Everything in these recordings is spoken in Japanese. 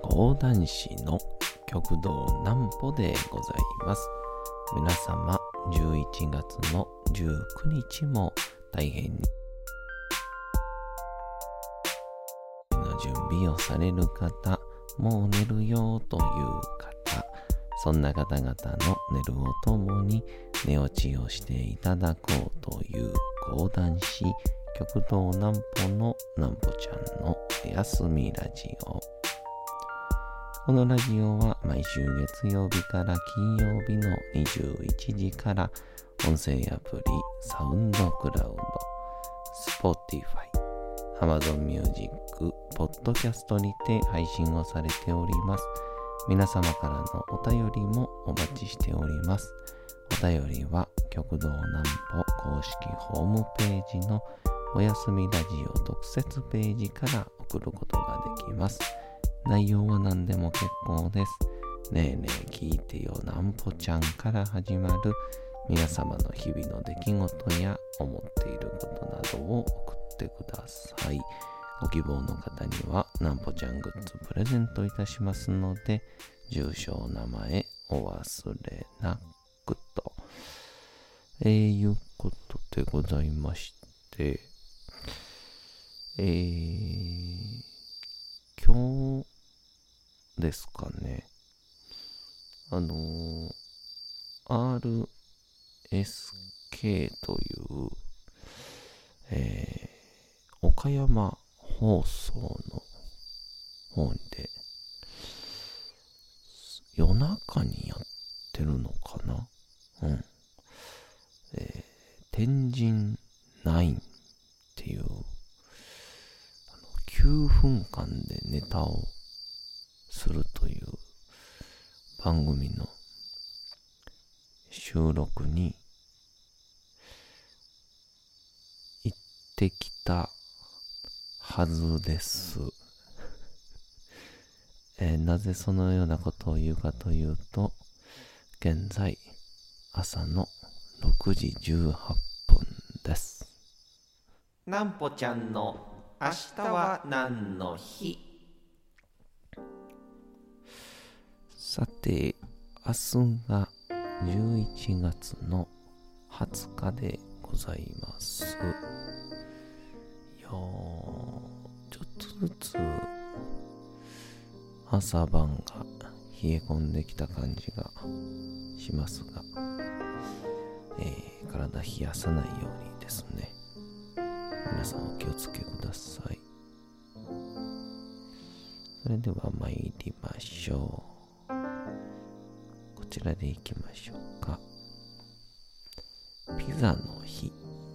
講談師の極道南歩でございます。皆様11月の19日も大変にの準備をされる方、もう寝るよという方、そんな方々の寝るをともに寝落ちをしていただこうという講談師極道南歩の南歩ちゃんのおやすみラジオ。このラジオは毎週月曜日から金曜日の21時から音声アプリサウンドクラウド、Spotify、Amazon Music、ポッドキャストにて配信をされております。皆様からのお便りもお待ちしております。お便りは極道南歩公式ホームページのおやすみラジオ特設ページから送ることができます。内容は何でも結構です。ねえねえ聞いてよ南歩ちゃんから始まる皆様の日々の出来事や思っていることなどを送ってください。ご希望の方には南歩ちゃんグッズプレゼントいたしますので、住所お名前お忘れなくと、いうことでございまして、今日ですかね、RSK という、岡山放送の方で夜中にやってるのかな、天神9っていう9分間でネタをするという番組の収録に行ってきたはずです。なぜそのようなことを言うかというと、現在朝の6時18分です。南歩ちゃんの明日は何の日。さて、明日が11月の20日でございます。ちょっとずつ朝晩が冷え込んできた感じがしますが、体冷やさないようにですね、皆さんお気をつけください。それでは参りましょう。こちらでいきましょうか。ピザの日。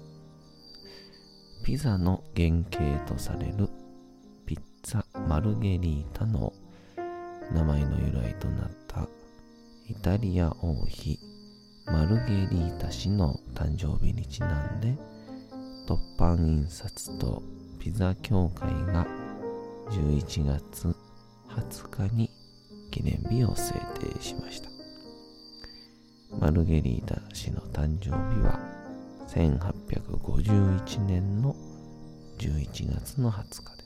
ピザの原型とされるピッツァマルゲリータの名前の由来となったイタリア王妃マルゲリータ氏の誕生日にちなんで、凸版印刷とピザ協会が11月20日に記念日を制定しました。マルゲリータ氏の誕生日は1851年の11月の20日です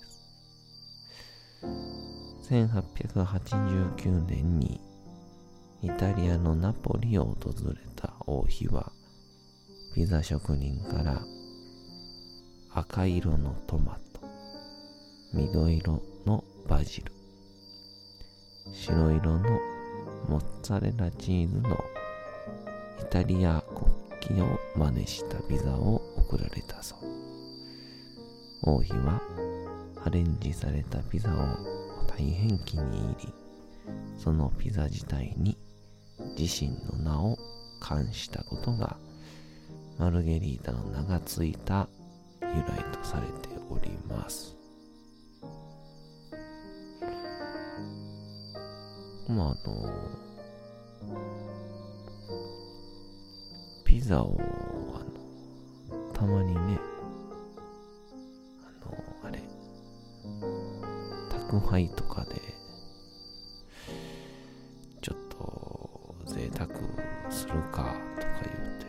。1889年にイタリアのナポリを訪れた王妃は、ピザ職人から赤色のトマト、緑色のバジル、白色のモッツァレラチーズのイタリア国旗を真似したピザを贈られたそう。王妃はアレンジされたピザを大変気に入り、そのピザ自体に自身の名を冠したことがマルゲリータの名がついた由来とされております。ピザをたまにね、宅配とかでちょっと贅沢するかとか言うて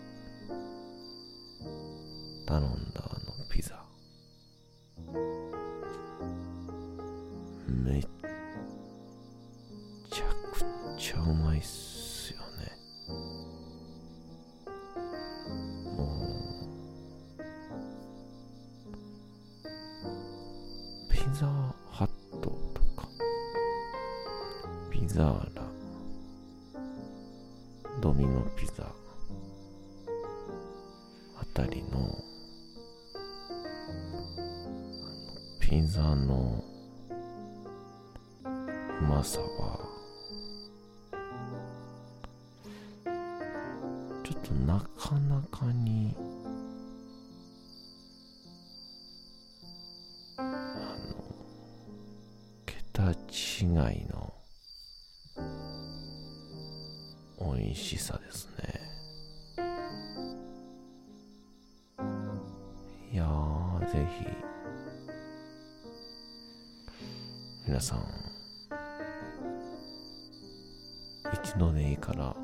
頼んだピザ、めっちゃうまいっすよね。もうピザハットとかピザーラ、ドミノピザあたりのピザのうまさはちょっとなかなかに桁違いの美味しさですね。いやー、ぜひ皆さん一度でいいから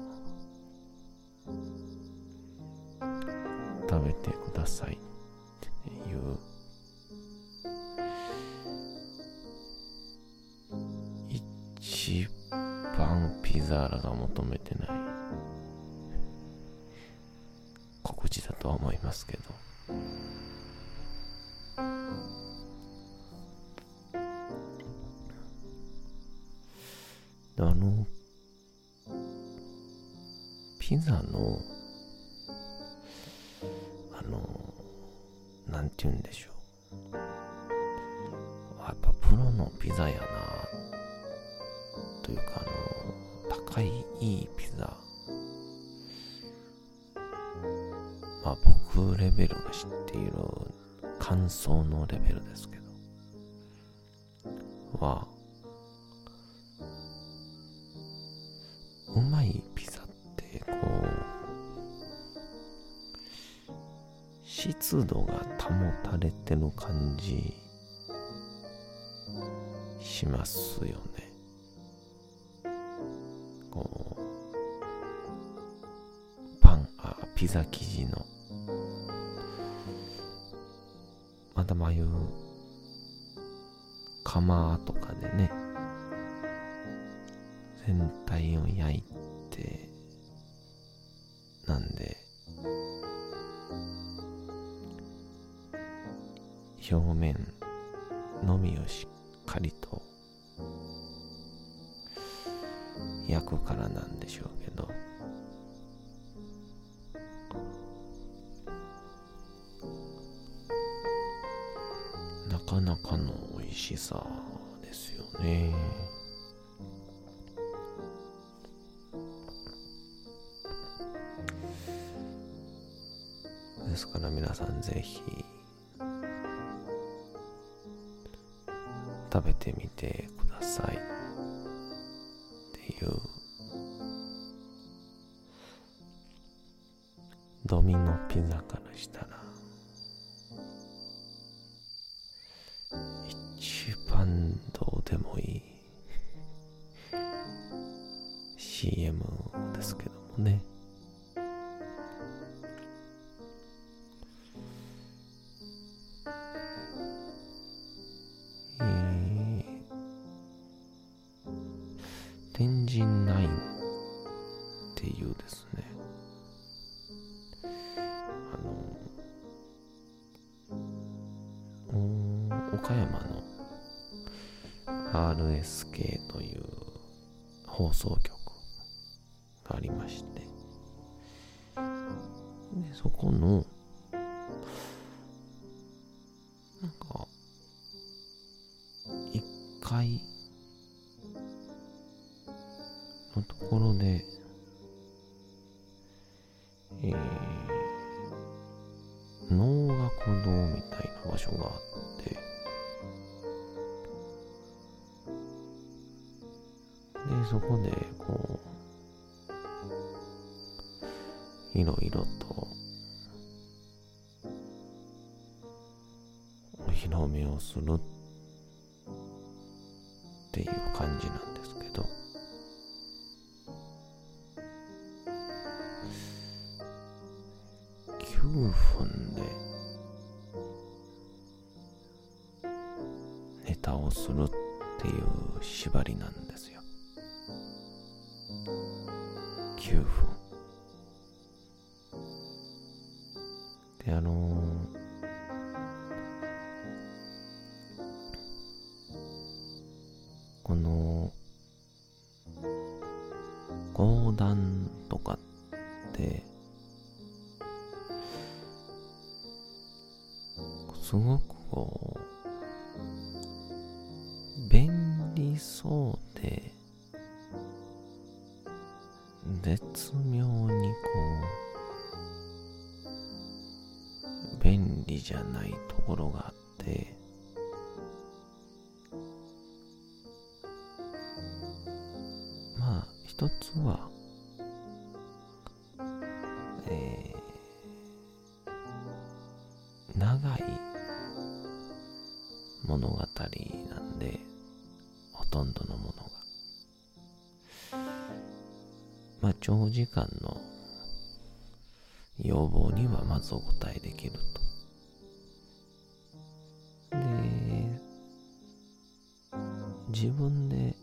食べてくださいっていう一番ピザーラが求めてない告知だとは思いますけど、ピザのなんて言うんでしょう、やっぱプロのピザやなというか、高いいいピザ、まあ僕レベルが知っている感想のレベルですけどは、うまいピザってこう湿度が保たれてる感じしますよね。こうピザ生地のまたああいう窯とかでね、全体を焼いてなんで表面のみをしっかりと焼くからなんでしょうけど、なかなかの美味しさですよね。ですから皆さんぜひ食べてみてくださいっていう、ドミノピザからしたら一番どうでもいい CM ですけどもね。天神9っていうですね、岡山の RSK という放送局がありまして、でそこのなんか1階のところで、農学堂みたいな場所があって、でそこでこういろいろとお披露目をするっていう感じなんですけど、9分でネタをするっていう縛りなんですよ。 9分で、この講談とかってすごく便利そうで絶妙に便利じゃないところがあって、まあ一つは長い物語なんで、ほとんどのものがまあ長時間の要望にはまずお答えできると。で、自分で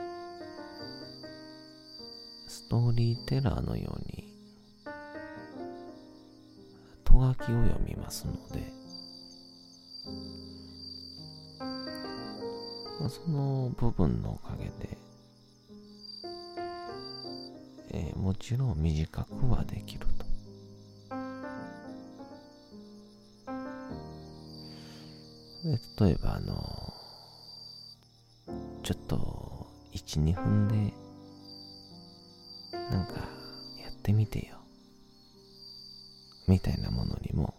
ストーリーテラーのようにとがきを読みますので、その部分のおかげで、もちろん短くはできると。で、例えばちょっと 1,2 分でなんかやってみてよみたいなものにも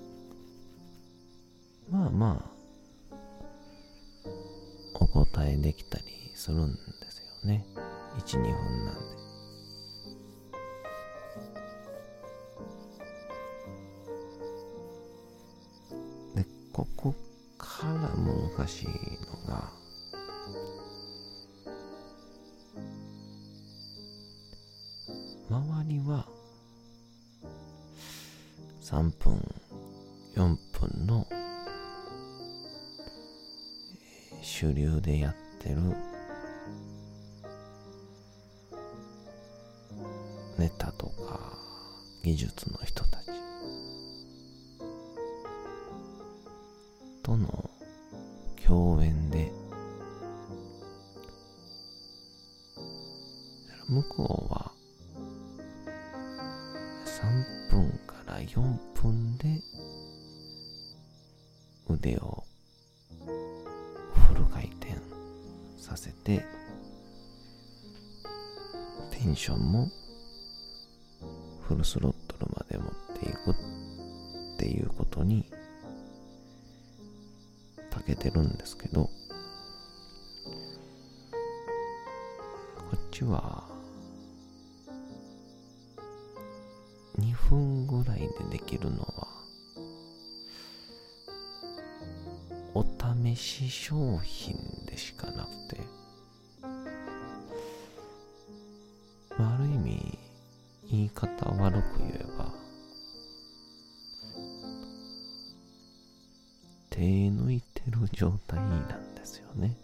まあまあお答えできたりするんですよね。 1,2 分なんで。で、ここから難しいのが、周りは3分4分の主流でやってるネタとか技術の人たちとの共演で、向こうは3分から4分で腕をフル回転させて、テンションもフルスロットルまで持っていくっていうことに長けてるんですけど、こっちは2分ぐらいでできるのはお試し商品でしかなくて、ある意味言い方悪く言えば手抜いてる状態なんですよね。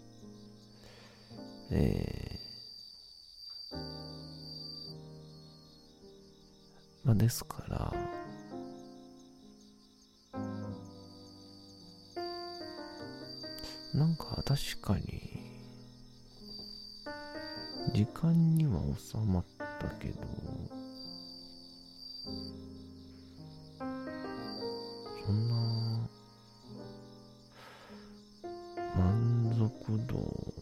ですからなんか確かに時間には収まったけど、そんな満足度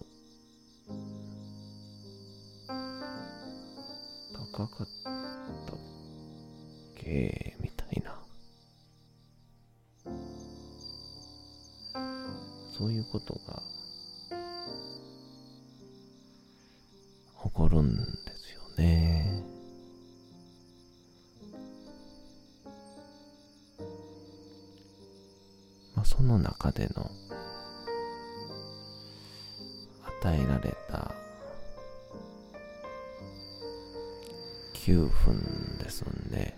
高かったっけみたいな、そういうことが起こるんですよね。その中での与えられた9分ですんで、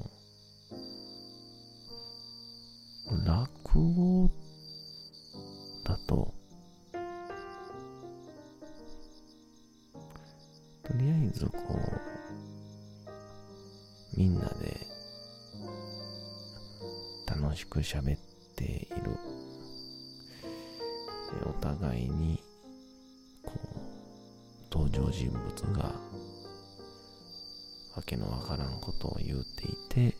落語だと、とりあえずみんなで楽しく喋っている、お互いに登場人物がわけのわからんことを言うていて、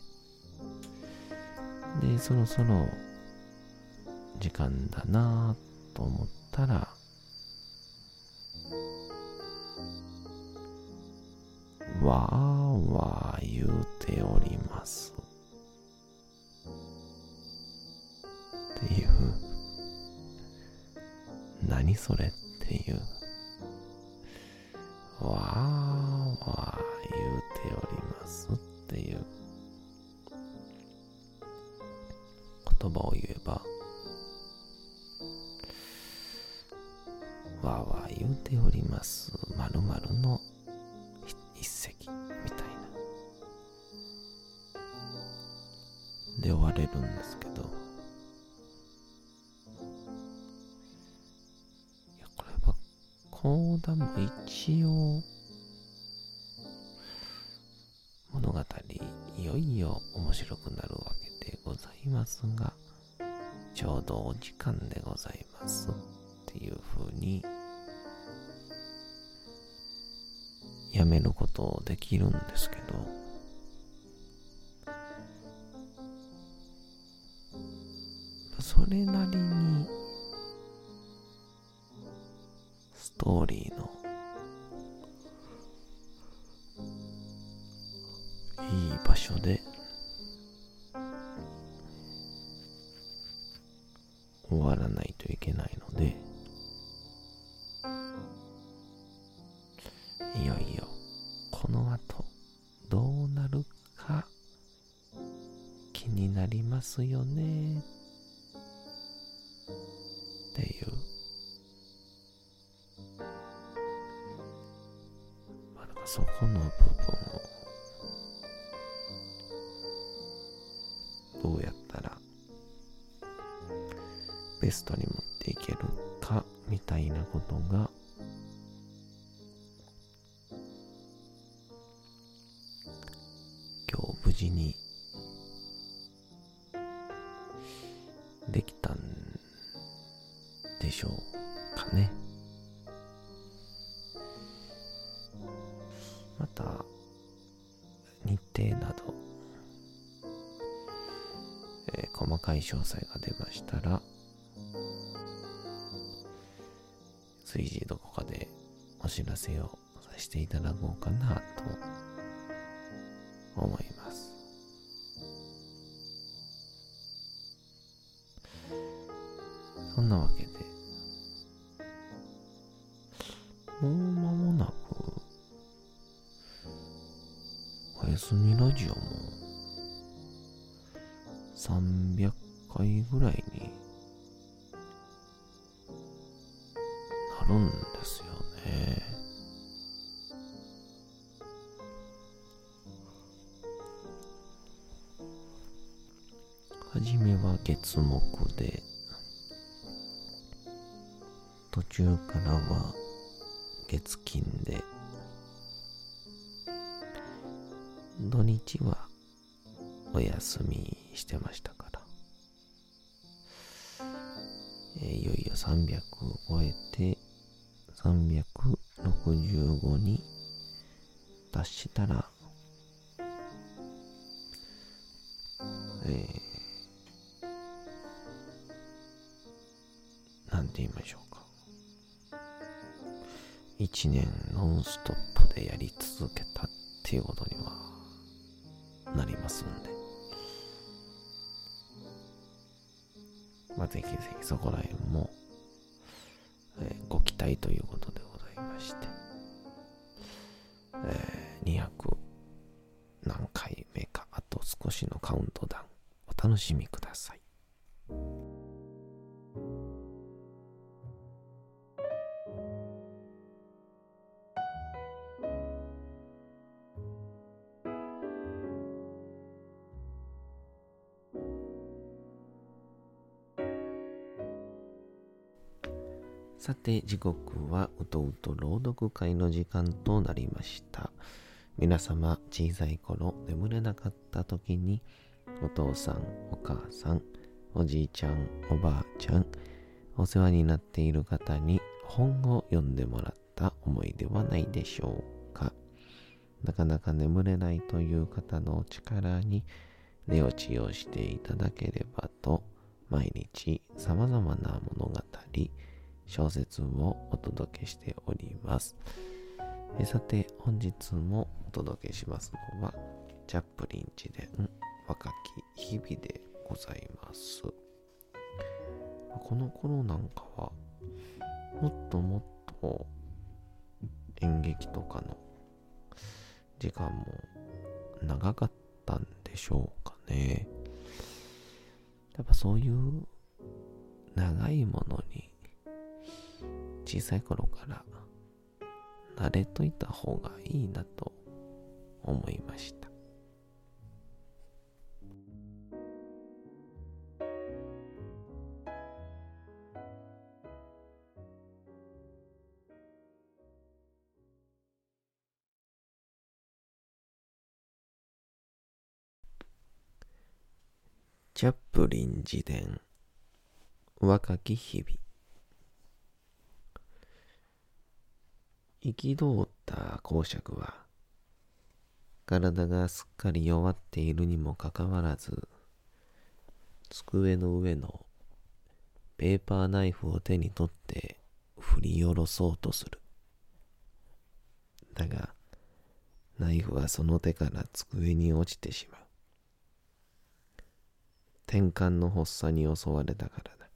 でそろそろ時間だなぁと思ったら、わーわー言うておりますっていう、何それっていう、わーわー言うておりますっていう言葉を言えば、わーわー言うております〇〇の一席みたいなで終われるんですけど、これは講談も一応物語いよいよ面白くなるわけでございますが、ちょうどお時間でございますっていう風にやめることできるんですけど、それなりにストーリーのいい場所で終わらないといけないので、いよいよこの後どうなるか気になりますよねっていう、だからそこの部分をどうやったらベストに持っていけるかみたいなことが今日無事にできたんでしょうかね。また日程など、細かい詳細が出ましたら随時どこかでお知らせをさせていただこうかなと思います。そんなわけで、もう間もなくおやすみラジオも300回ぐらいになるんですよね。はじめは月木で、途中からは月金で、土日はお休みしてましたから、いよいよ300を超えて365に達したら、なんて言いましょうか、1年ノンストップでやり続けたっていうことにはなりますんで、ぜひぜひそこら辺も、ご期待ということでございまして、200何回目か、あと少しのカウントダウンお楽しみください。 さて、時刻はうとうと朗読会の時間となりました。皆様、小さい頃眠れなかった時に、お父さん、お母さん、おじいちゃん、おばあちゃん、お世話になっている方に本を読んでもらった思いではないでしょうか。なかなか眠れないという方のお力に寝落ちをしていただければと、毎日様々な物語、小説をお届けしております。さて、本日もお届けしますのは、チャップリン自伝若き日々でございます。この頃なんかは、もっともっと演劇とかの時間も長かったんでしょうかね。やっぱそういう長いものに小さい頃から慣れといた方がいいなと思いました。チャップリン自伝若き日々。憤った公爵は体がすっかり弱っているにもかかわらず、机の上のペーパーナイフを手に取って振り下ろそうとする。だがナイフはその手から机に落ちてしまう。天幹の発作に襲われたからだ。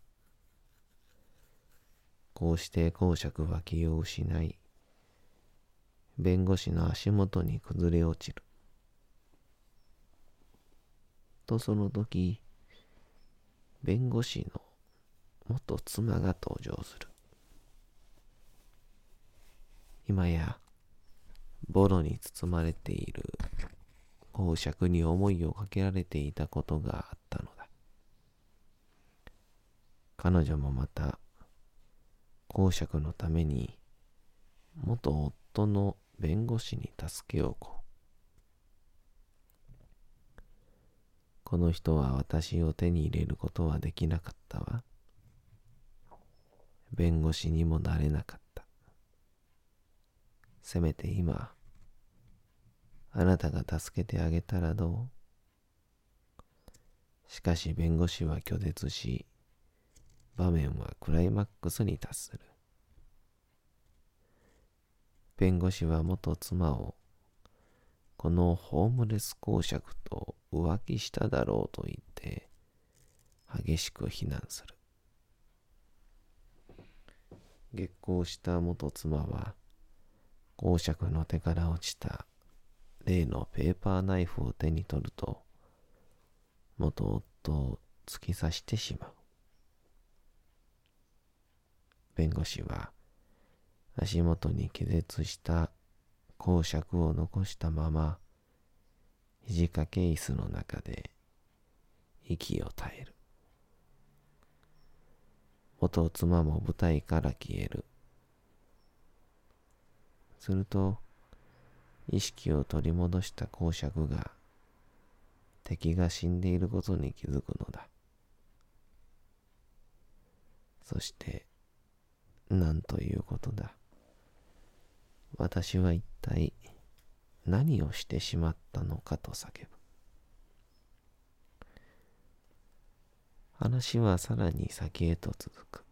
こうして公爵は気を失い、弁護士の足元に崩れ落ちる。とその時、弁護士の元妻が登場する。今やボロに包まれている公爵に思いをかけられていたことがあったのだ。彼女もまた公爵のために元夫の弁護士に助けを請う。この人は私を手に入れることはできなかったわ。弁護士にもなれなかった。せめて今、あなたが助けてあげたらどう？しかし弁護士は拒絶し、場面はクライマックスに達する。弁護士は元妻をこのホームレス公爵と浮気しただろうと言って激しく非難する。激高した元妻は公爵の手から落ちた例のペーパーナイフを手に取ると、元夫を突き刺してしまう。弁護士は足元に気絶した公爵を残したまま、肘掛け椅子の中で息を絶える。元妻も舞台から消える。すると、意識を取り戻した公爵が敵が死んでいることに気づくのだ。そして、なんということだ。私は一体何をしてしまったのかと叫ぶ。話はさらに先へと続く。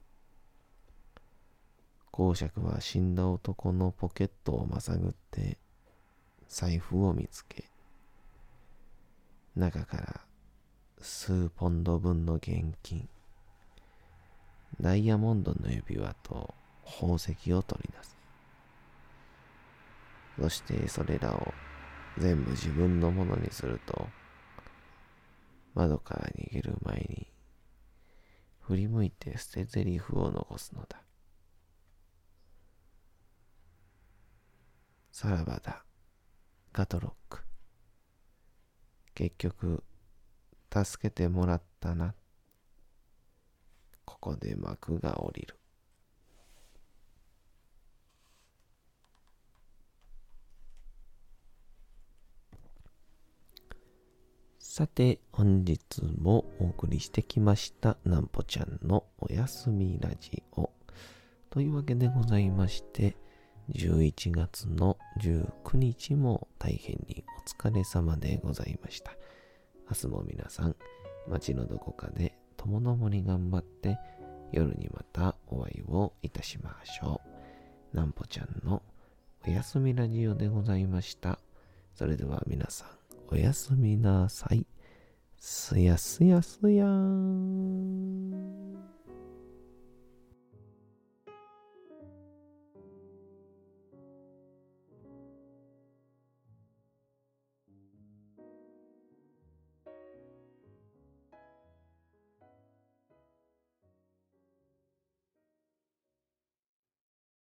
公爵は死んだ男のポケットをまさぐって財布を見つけ、中から数ポンド分の現金、ダイヤモンドの指輪と宝石を取り出す。そしてそれらを全部自分のものにすると、窓から逃げる前に振り向いて捨て台詞を残すのだ。さらばだ、ガトロック。結局、助けてもらったな。ここで幕が下りる。 さて、本日もお送りしてきましたなんぽちゃんのおやすみラジオというわけでございまして、11月の19日も大変にお疲れ様でございました。明日も皆さん、街のどこかで共々に頑張って夜にまたお会いをいたしましょう。なんぽちゃんのおやすみラジオでございました。それでは皆さん、おやすみなさい。すやすやすやーん。